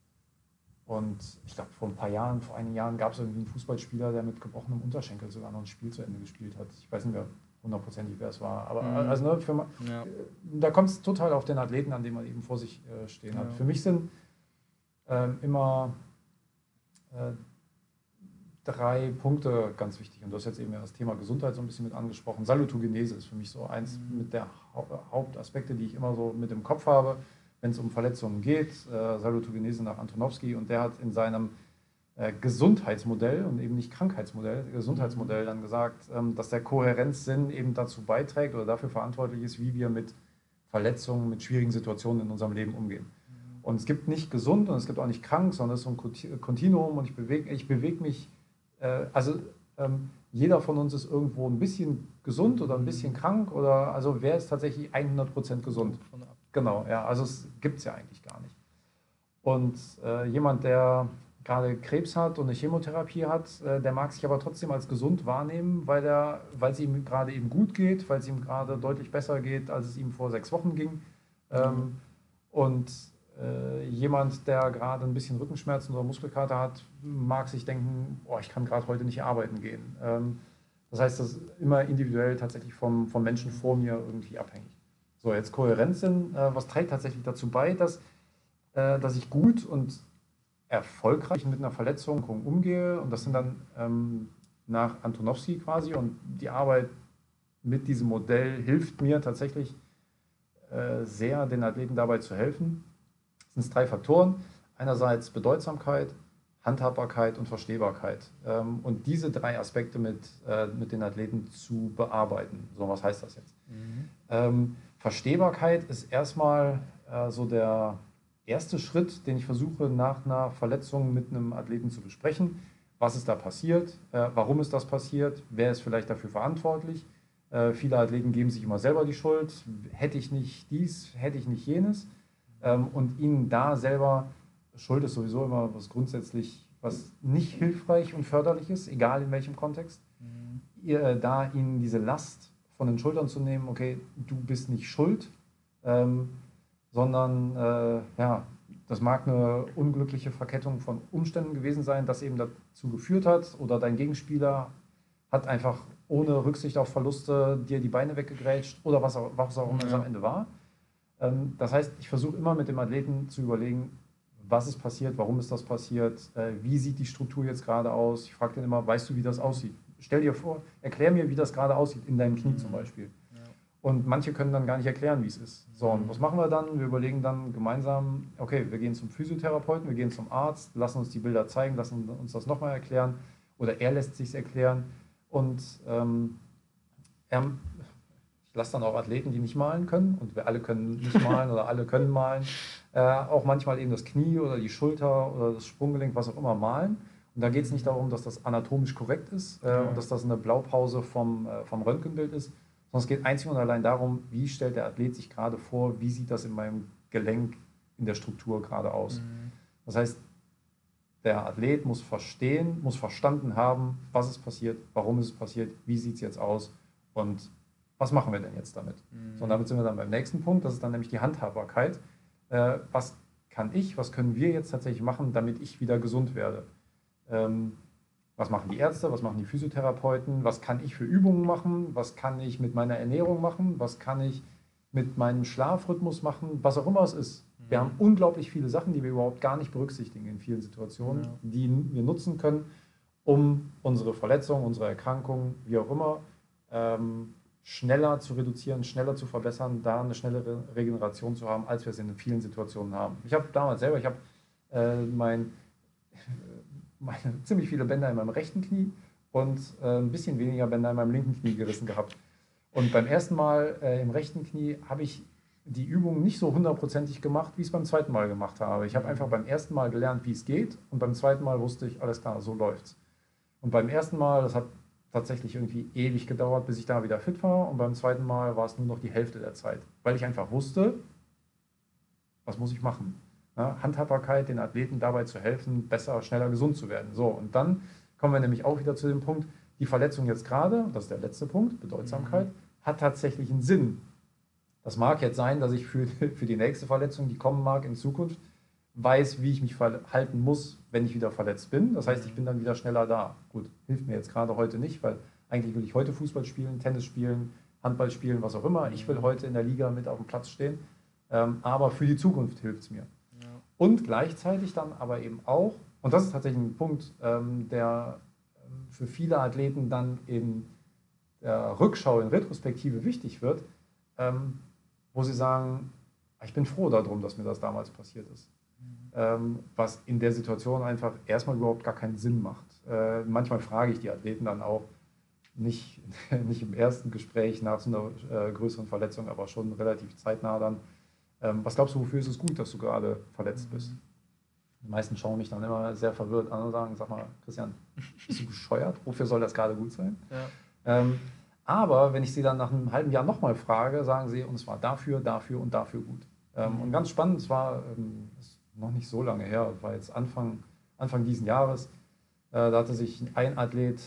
und ich glaube, vor ein paar Jahren, vor einigen Jahren gab es irgendwie einen Fußballspieler, der mit gebrochenem Unterschenkel sogar noch ein Spiel zu Ende gespielt hat. Ich weiß nicht mehr hundertprozentig, wer es war. Aber Mhm. also, ne, für, ma- Ja. da kommt es total auf den Athleten an, den man eben vor sich äh, stehen hat. Ja. Für mich sind ähm, immer äh, drei Punkte ganz wichtig. Und du hast jetzt eben ja das Thema Gesundheit so ein bisschen mit angesprochen. Salutogenese ist für mich so eins mhm. mit der Hauptaspekte, die ich immer so mit im Kopf habe, wenn es um Verletzungen geht. Äh, Salutogenese nach Antonowski. Und der hat in seinem äh, Gesundheitsmodell und eben nicht Krankheitsmodell, Gesundheitsmodell dann gesagt, ähm, dass der Kohärenzsinn eben dazu beiträgt oder dafür verantwortlich ist, wie wir mit Verletzungen, mit schwierigen Situationen in unserem Leben umgehen. Und es gibt nicht gesund und es gibt auch nicht krank, sondern es ist so ein Kontinuum und ich bewege ich beweg mich, äh, also ähm, jeder von uns ist irgendwo ein bisschen gesund oder ein bisschen krank oder also wer ist tatsächlich hundert Prozent gesund? Genau, ja, also es gibt es ja eigentlich gar nicht. Und äh, jemand, der gerade Krebs hat und eine Chemotherapie hat, äh, der mag sich aber trotzdem als gesund wahrnehmen, weil er, weil es ihm gerade eben gut geht, weil es ihm gerade deutlich besser geht, als es ihm vor sechs Wochen ging. Ähm, mhm. Und äh, jemand, der gerade ein bisschen Rückenschmerzen oder Muskelkater hat, mag sich denken, oh, ich kann gerade heute nicht arbeiten gehen. Ähm, das heißt, das ist immer individuell tatsächlich vom, vom Menschen vor mir irgendwie abhängig. So, jetzt Kohärenzsinn, äh, was trägt tatsächlich dazu bei, dass, äh, dass ich gut und erfolgreich mit einer Verletzung umgehe. Und das sind dann ähm, nach Antonowski quasi. Und die Arbeit mit diesem Modell hilft mir tatsächlich äh, sehr, den Athleten dabei zu helfen. Das sind drei Faktoren. Einerseits Bedeutsamkeit, Handhabbarkeit und Verstehbarkeit. Ähm, und diese drei Aspekte mit, äh, mit den Athleten zu bearbeiten. So, was heißt das jetzt? Mhm. Ähm, Verstehbarkeit ist erstmal äh, so der erste Schritt, den ich versuche nach einer Verletzung mit einem Athleten zu besprechen. Was ist da passiert? Äh, warum ist das passiert? Wer ist vielleicht dafür verantwortlich? Äh, viele Athleten geben sich immer selber die Schuld. Hätte ich nicht dies, hätte ich nicht jenes. Ähm, und ihnen da selber, Schuld ist sowieso immer was grundsätzlich, was nicht hilfreich und förderlich ist, egal in welchem Kontext. Mhm. Ihr, äh, da ihnen diese Last von den Schultern zu nehmen, okay, du bist nicht schuld, ähm, sondern äh, ja, das mag eine unglückliche Verkettung von Umständen gewesen sein, das eben dazu geführt hat oder dein Gegenspieler hat einfach ohne Rücksicht auf Verluste dir die Beine weggegrätscht oder was auch, was auch immer ja. es am Ende war. Ähm, das heißt, ich versuche immer mit dem Athleten zu überlegen, was ist passiert, warum ist das passiert, äh, wie sieht die Struktur jetzt gerade aus. Ich frage den immer, weißt du, wie das aussieht? Stell dir vor, erklär mir, wie das gerade aussieht, in deinem Knie zum Beispiel. Und manche können dann gar nicht erklären, wie es ist. So, und was machen wir dann? Wir überlegen dann gemeinsam, okay, wir gehen zum Physiotherapeuten, wir gehen zum Arzt, lassen uns die Bilder zeigen, lassen uns das nochmal erklären oder er lässt sich erklären. Und ähm, er, ich lasse dann auch Athleten, die nicht malen können und wir alle können nicht malen oder alle können malen, äh, auch manchmal eben das Knie oder die Schulter oder das Sprunggelenk, was auch immer malen. Und da geht es nicht darum, dass das anatomisch korrekt ist äh, ja. und dass das eine Blaupause vom, äh, vom Röntgenbild ist, sondern es geht einzig und allein darum, wie stellt der Athlet sich gerade vor, wie sieht das in meinem Gelenk in der Struktur gerade aus. Mhm. Das heißt, der Athlet muss verstehen, muss verstanden haben, was ist passiert, warum ist es passiert, wie sieht es jetzt aus und was machen wir denn jetzt damit. Mhm. So, und damit sind wir dann beim nächsten Punkt, das ist dann nämlich die Handhabbarkeit. Äh, was kann ich, was können wir jetzt tatsächlich machen, damit ich wieder gesund werde? Ähm, Was machen die Ärzte, was machen die Physiotherapeuten, was kann ich für Übungen machen, was kann ich mit meiner Ernährung machen, was kann ich mit meinem Schlafrhythmus machen, was auch immer es ist. Mhm. Wir haben unglaublich viele Sachen, die wir überhaupt gar nicht berücksichtigen in vielen Situationen, ja. die wir nutzen können, um unsere Verletzung, unsere Erkrankung, wie auch immer, ähm, schneller zu reduzieren, schneller zu verbessern, da eine schnellere Regeneration zu haben, als wir es in vielen Situationen haben. Ich habe damals selber, ich habe äh, mein... meine, ziemlich viele Bänder in meinem rechten Knie und äh, ein bisschen weniger Bänder in meinem linken Knie gerissen gehabt. Und beim ersten Mal äh, im rechten Knie habe ich die Übung nicht so hundertprozentig gemacht, wie ich es beim zweiten Mal gemacht habe. Ich habe einfach beim ersten Mal gelernt, wie es geht und beim zweiten Mal wusste ich, alles klar, so läuft's. Und beim ersten Mal, das hat tatsächlich irgendwie ewig gedauert, bis ich da wieder fit war und beim zweiten Mal war es nur noch die Hälfte der Zeit, weil ich einfach wusste, was muss ich machen. Ja, Handhabbarkeit, den Athleten dabei zu helfen, besser, schneller gesund zu werden. So, und dann kommen wir nämlich auch wieder zu dem Punkt, die Verletzung jetzt gerade, das ist der letzte Punkt, Bedeutsamkeit, mhm. hat tatsächlich einen Sinn. Das mag jetzt sein, dass ich für, für die nächste Verletzung, die kommen mag in Zukunft, weiß, wie ich mich verhalten muss, wenn ich wieder verletzt bin. Das heißt, ich bin dann wieder schneller da. Gut, hilft mir jetzt gerade heute nicht, weil eigentlich will ich heute Fußball spielen, Tennis spielen, Handball spielen, was auch immer. Ich will heute in der Liga mit auf dem Platz stehen, ähm, aber für die Zukunft hilft es mir. Und gleichzeitig dann aber eben auch, und das ist tatsächlich ein Punkt, ähm, der für viele Athleten dann in der Rückschau, in Retrospektive wichtig wird, ähm, wo sie sagen, ich bin froh darum, dass mir das damals passiert ist. Mhm. Ähm, was in der Situation einfach erstmal überhaupt gar keinen Sinn macht. Äh, manchmal frage ich die Athleten dann auch, nicht, nicht im ersten Gespräch nach so einer äh, größeren Verletzung, aber schon relativ zeitnah dann, ähm, was glaubst du, wofür ist es gut, dass du gerade verletzt bist? Die meisten schauen mich dann immer sehr verwirrt an und sagen, sag mal, Christian, bist du bescheuert? Wofür soll das gerade gut sein? Ja. Ähm, aber wenn ich sie dann nach einem halben Jahr nochmal frage, sagen sie, und es war dafür, dafür und dafür gut. Ähm, mhm. Und ganz spannend, es war ähm, ist noch nicht so lange her, es war jetzt Anfang, Anfang diesen Jahres, äh, da hatte sich ein Athlet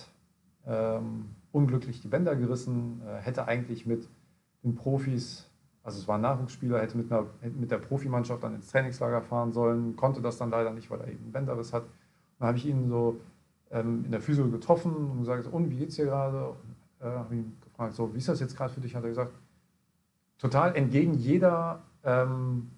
ähm, unglücklich die Bänder gerissen, äh, hätte eigentlich mit den Profis, also es war ein Nachwuchsspieler, hätte mit, einer, mit der Profimannschaft dann ins Trainingslager fahren sollen, konnte das dann leider nicht, weil er eben einen Bänderriss hat. Dann habe ich ihn so ähm, in der Physio getroffen und gesagt, und wie geht's dir gerade? Äh, habe ihn gefragt, so, wie ist das jetzt gerade für dich? Hat er gesagt, total entgegen jeder ähm,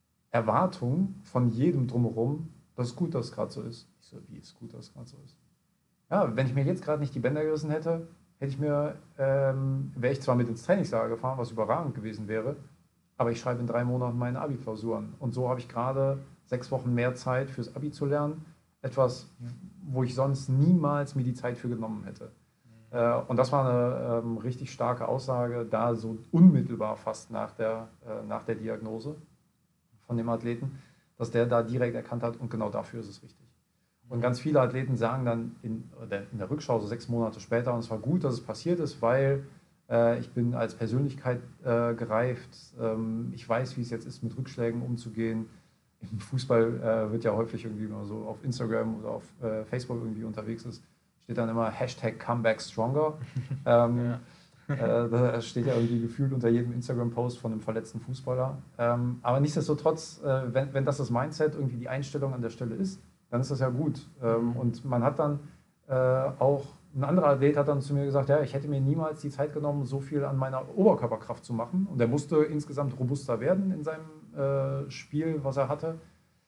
Erwartung von jedem drumherum, dass es gut, dass es gerade so ist. Ich so, wie ist gut, dass es gerade so ist? Ja, wenn ich mir jetzt gerade nicht die Bänder gerissen hätte, hätte ich mir, ähm, wäre ich zwar mit ins Trainingslager gefahren, was überragend gewesen wäre, aber ich schreibe in drei Monaten meine Abi-Klausuren. Und so habe ich gerade sechs Wochen mehr Zeit fürs Abi zu lernen. Etwas, wo ich sonst niemals mir die Zeit für genommen hätte. Äh, und das war eine ähm, richtig starke Aussage, da so unmittelbar fast nach der, äh, nach der Diagnose von dem Athleten, dass der da direkt erkannt hat, und genau dafür ist es richtig. Und ganz viele Athleten sagen dann in, in der Rückschau, so sechs Monate später, und es war gut, dass es passiert ist, weil äh, ich bin als Persönlichkeit äh, gereift, ähm, ich weiß, wie es jetzt ist, mit Rückschlägen umzugehen. Im Fußball äh, wird ja häufig irgendwie immer so auf Instagram oder auf äh, Facebook irgendwie unterwegs ist, steht dann immer Hashtag Comeback Stronger. ähm, ja. äh, das steht ja irgendwie gefühlt unter jedem Instagram-Post von einem verletzten Fußballer. Ähm, aber nichtsdestotrotz, äh, wenn, wenn das das Mindset, irgendwie die Einstellung an der Stelle ist, dann ist das ja gut. Ähm, und man hat dann äh, auch, ein anderer Athlet hat dann zu mir gesagt, ja, ich hätte mir niemals die Zeit genommen, so viel an meiner Oberkörperkraft zu machen. Und er musste insgesamt robuster werden in seinem äh, Spiel, was er hatte,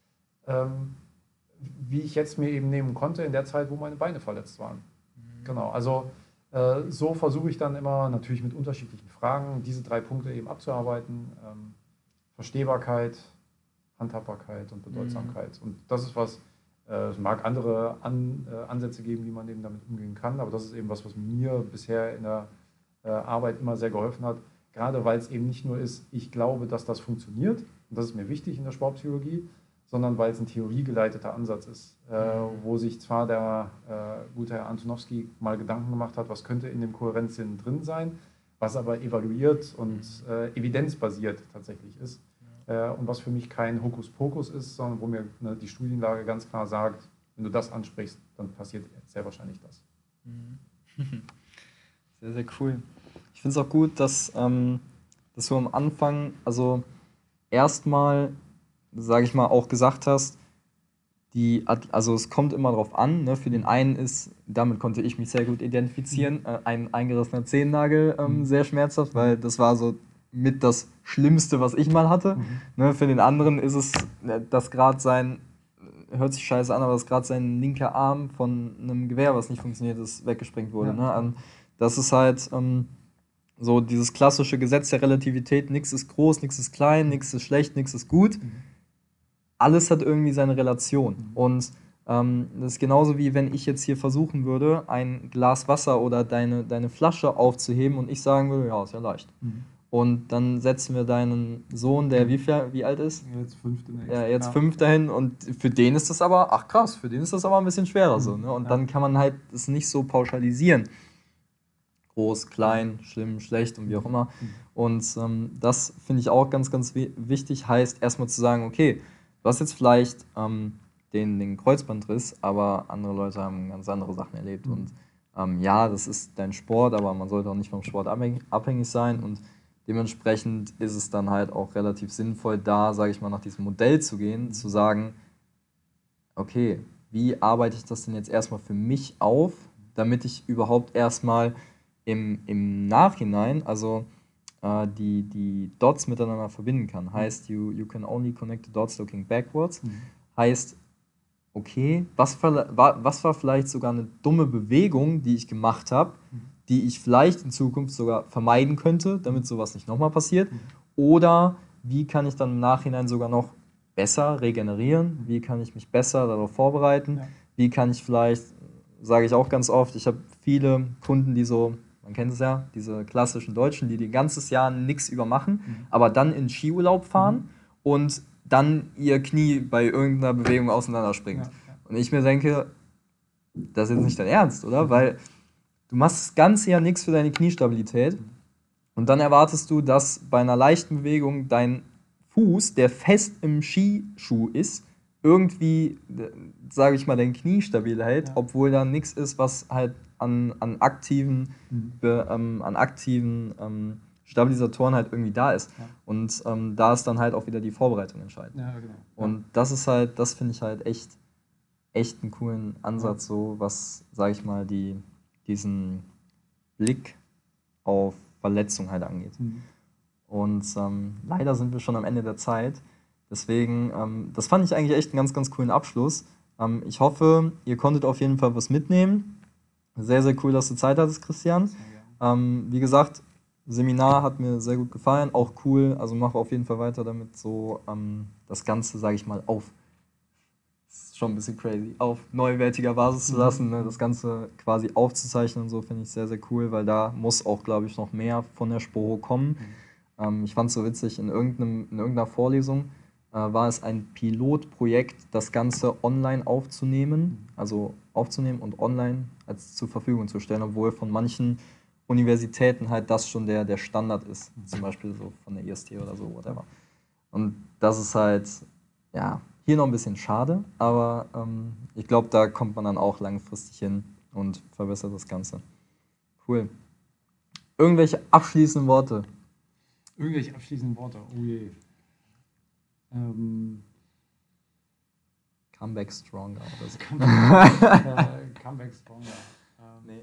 ähm, wie ich jetzt mir eben nehmen konnte in der Zeit, wo meine Beine verletzt waren. Mhm. Genau, also äh, so versuche ich dann immer, natürlich mit unterschiedlichen Fragen, diese drei Punkte eben abzuarbeiten. Ähm, Verstehbarkeit, Handhabbarkeit und Bedeutsamkeit. Mhm. Und das ist was, es mag andere An, äh, Ansätze geben, wie man eben damit umgehen kann, aber das ist eben was, was mir bisher in der äh, Arbeit immer sehr geholfen hat, gerade weil es eben nicht nur ist, ich glaube, dass das funktioniert, und das ist mir wichtig in der Sportpsychologie, sondern weil es ein theoriegeleiteter Ansatz ist, äh, wo sich zwar der äh, gute Herr Antonowski mal Gedanken gemacht hat, was könnte in dem Kohärenzsinn drin sein, was aber evaluiert und äh, evidenzbasiert tatsächlich ist. Und was für mich kein Hokuspokus ist, sondern wo mir ne, die Studienlage ganz klar sagt, wenn du das ansprichst, dann passiert sehr wahrscheinlich das. Sehr, sehr cool. Ich finde es auch gut, dass, ähm, dass du am Anfang, also erstmal, sage ich mal, auch gesagt hast, die, also es kommt immer drauf an, ne? Für den einen ist, damit konnte ich mich sehr gut identifizieren, äh, ein eingerissener Zehennagel ähm, sehr schmerzhaft, weil das war so mit das Schlimmste, was ich mal hatte. Mhm. Ne, für den anderen ist es, dass gerade sein, hört sich scheiße an, aber dass gerade sein linker Arm von einem Gewehr, was nicht funktioniert ist, weggesprengt wurde. Ja. Ne? Das ist halt ähm, so dieses klassische Gesetz der Relativität, nichts ist groß, nichts ist klein, mhm. nichts ist schlecht, nichts ist gut. Mhm. Alles hat irgendwie seine Relation. Mhm. Und ähm, das ist genauso wie wenn ich jetzt hier versuchen würde, ein Glas Wasser oder deine, deine Flasche aufzuheben und ich sagen würde, ja, ist ja leicht. Mhm. Und dann setzen wir deinen Sohn, der wie, viel, wie alt ist? Jetzt fünf. Ja, jetzt fünf dahin. Und für den ist das aber, ach krass, für den ist das aber ein bisschen schwerer. Mhm. So, ne? Und ja. Dann kann man halt das nicht so pauschalisieren. Groß, klein, schlimm, schlecht und wie auch immer. Mhm. Und ähm, das finde ich auch ganz, ganz wichtig. Heißt erstmal zu sagen, okay, du hast jetzt vielleicht ähm, den, den Kreuzbandriss, aber andere Leute haben ganz andere Sachen erlebt. Mhm. Und ähm, ja, das ist dein Sport, aber man sollte auch nicht vom Sport abhängig, abhängig sein. Und dementsprechend ist es dann halt auch relativ sinnvoll, da, sage ich mal, nach diesem Modell zu gehen, zu sagen, okay, wie arbeite ich das denn jetzt erstmal für mich auf, damit ich überhaupt erstmal im, im Nachhinein, also äh, die, die Dots miteinander verbinden kann. Heißt, you, you can only connect the dots looking backwards. Mhm. Heißt, okay, was war, was war vielleicht sogar eine dumme Bewegung, die ich gemacht habe, mhm. die ich vielleicht in Zukunft sogar vermeiden könnte, damit sowas nicht nochmal passiert. Mhm. Oder wie kann ich dann im Nachhinein sogar noch besser regenerieren? Wie kann ich mich besser darauf vorbereiten? Ja. Wie kann ich vielleicht, sage ich auch ganz oft, ich habe viele Kunden, die so, man kennt es ja, diese klassischen Deutschen, die die ganzes Jahr nichts übermachen, mhm. aber dann in Skiurlaub fahren mhm. und dann ihr Knie bei irgendeiner Bewegung auseinanderspringt. Ja, ja. Und ich mir denke, das ist jetzt nicht dein Ernst, oder? Mhm. Weil du machst das ganze Jahr nichts für deine Kniestabilität und dann erwartest du, dass bei einer leichten Bewegung dein Fuß, der fest im Skischuh ist, irgendwie, sage ich mal, dein Knie stabil hält, ja. obwohl da nichts ist, was halt an, an aktiven, mhm. be, ähm, an aktiven ähm, Stabilisatoren halt irgendwie da ist. Ja. Und ähm, da ist dann halt auch wieder die Vorbereitung entscheidend. Ja, genau. Und ja. das ist halt, das finde ich halt echt, echt einen coolen Ansatz, ja. so was, sage ich mal, die, diesen Blick auf Verletzung halt angeht. Mhm. Und ähm, leider sind wir schon am Ende der Zeit. Deswegen, ähm, das fand ich eigentlich echt einen ganz, ganz coolen Abschluss. Ähm, ich hoffe, ihr konntet auf jeden Fall was mitnehmen. Sehr, sehr cool, dass du Zeit hattest, Christian. Ähm, wie gesagt, Seminar hat mir sehr gut gefallen, auch cool. Also mache auf jeden Fall weiter damit, so ähm, das Ganze, sage ich mal, auf, ist schon ein bisschen crazy, auf neuwertiger Basis zu lassen. Ne? Das Ganze quasi aufzuzeichnen und so finde ich sehr, sehr cool, weil da muss auch, glaube ich, noch mehr von der Sporo kommen. Mhm. Ähm, ich fand es so witzig, in, irgendeinem, in irgendeiner Vorlesung äh, war es ein Pilotprojekt, das Ganze online aufzunehmen, also aufzunehmen und online als zur Verfügung zu stellen, obwohl von manchen Universitäten halt das schon der, der Standard ist, mhm. zum Beispiel so von der I S T oder so, whatever. Und das ist halt, ja, hier noch ein bisschen schade, aber ähm, ich glaube, da kommt man dann auch langfristig hin und verbessert das Ganze. Cool. Irgendwelche abschließenden Worte? Irgendwelche abschließenden Worte, oh je. Ähm, Comeback stronger oder so. Comeback, äh, comeback stronger. Ähm, nee.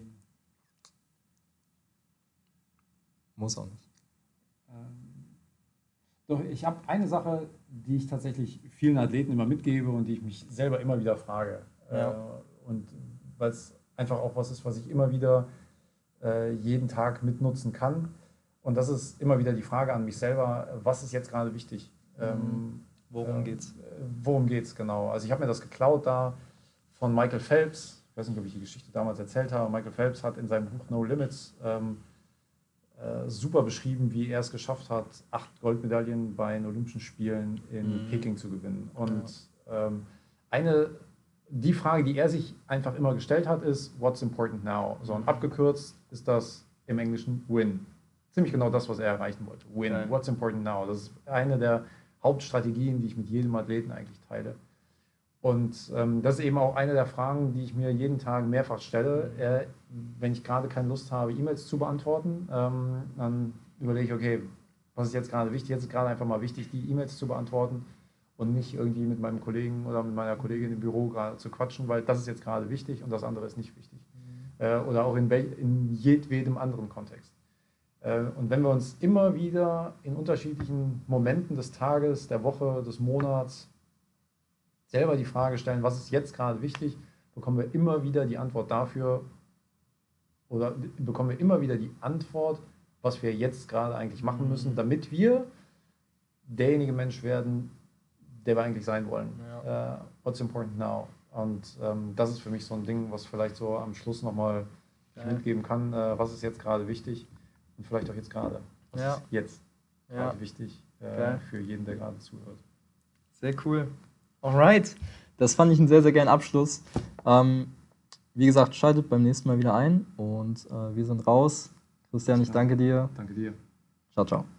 Muss auch nicht. Ähm, doch, ich habe eine Sache, die ich tatsächlich vielen Athleten immer mitgebe und die ich mich selber immer wieder frage. Ja. Äh, und weil es einfach auch was ist, was ich immer wieder äh, jeden Tag mitnutzen kann. Und das ist immer wieder die Frage an mich selber, was ist jetzt gerade wichtig? Mhm. Ähm, worum äh, geht's? Worum geht's, genau. Also ich habe mir das geklaut da von Michael Phelps. Ich weiß nicht, ob ich die Geschichte damals erzählt habe. Michael Phelps hat in seinem Buch No Limits ähm, äh, super beschrieben, wie er es geschafft hat, acht Goldmedaillen bei den Olympischen Spielen in mhm. Peking zu gewinnen. Und ja. ähm, eine, die Frage, die er sich einfach immer gestellt hat, ist, what's important now? So, und abgekürzt ist das im Englischen Win. Ziemlich genau das, was er erreichen wollte. Win. Okay. What's important now? Das ist eine der Hauptstrategien, die ich mit jedem Athleten eigentlich teile. Und ähm, das ist eben auch eine der Fragen, die ich mir jeden Tag mehrfach stelle. Äh, wenn ich gerade keine Lust habe, E-Mails zu beantworten, ähm, dann überlege ich, okay, was ist jetzt gerade wichtig? Jetzt ist gerade einfach mal wichtig, die E-Mails zu beantworten und nicht irgendwie mit meinem Kollegen oder mit meiner Kollegin im Büro gerade zu quatschen, weil das ist jetzt gerade wichtig und das andere ist nicht wichtig. Mhm. Äh, oder auch in, in jedwedem anderen Kontext. Äh, und wenn wir uns immer wieder in unterschiedlichen Momenten des Tages, der Woche, des Monats selber die Frage stellen, was ist jetzt gerade wichtig, bekommen wir immer wieder die Antwort dafür oder bekommen wir immer wieder die Antwort, was wir jetzt gerade eigentlich machen müssen, damit wir derjenige Mensch werden, der wir eigentlich sein wollen. Ja. Uh, what's important now? Und ähm, das ist für mich so ein Ding, was vielleicht so am Schluss nochmal ja. mitgeben kann, äh, was ist jetzt gerade wichtig und vielleicht auch jetzt gerade, was ja. ist jetzt ja. gerade wichtig äh, okay. für jeden, der gerade zuhört. Sehr cool. Alright, das fand ich einen sehr, sehr geilen Abschluss. Ähm, wie gesagt, schaltet beim nächsten Mal wieder ein und äh, wir sind raus. Christian, ich danke dir. Danke dir. Ciao, ciao.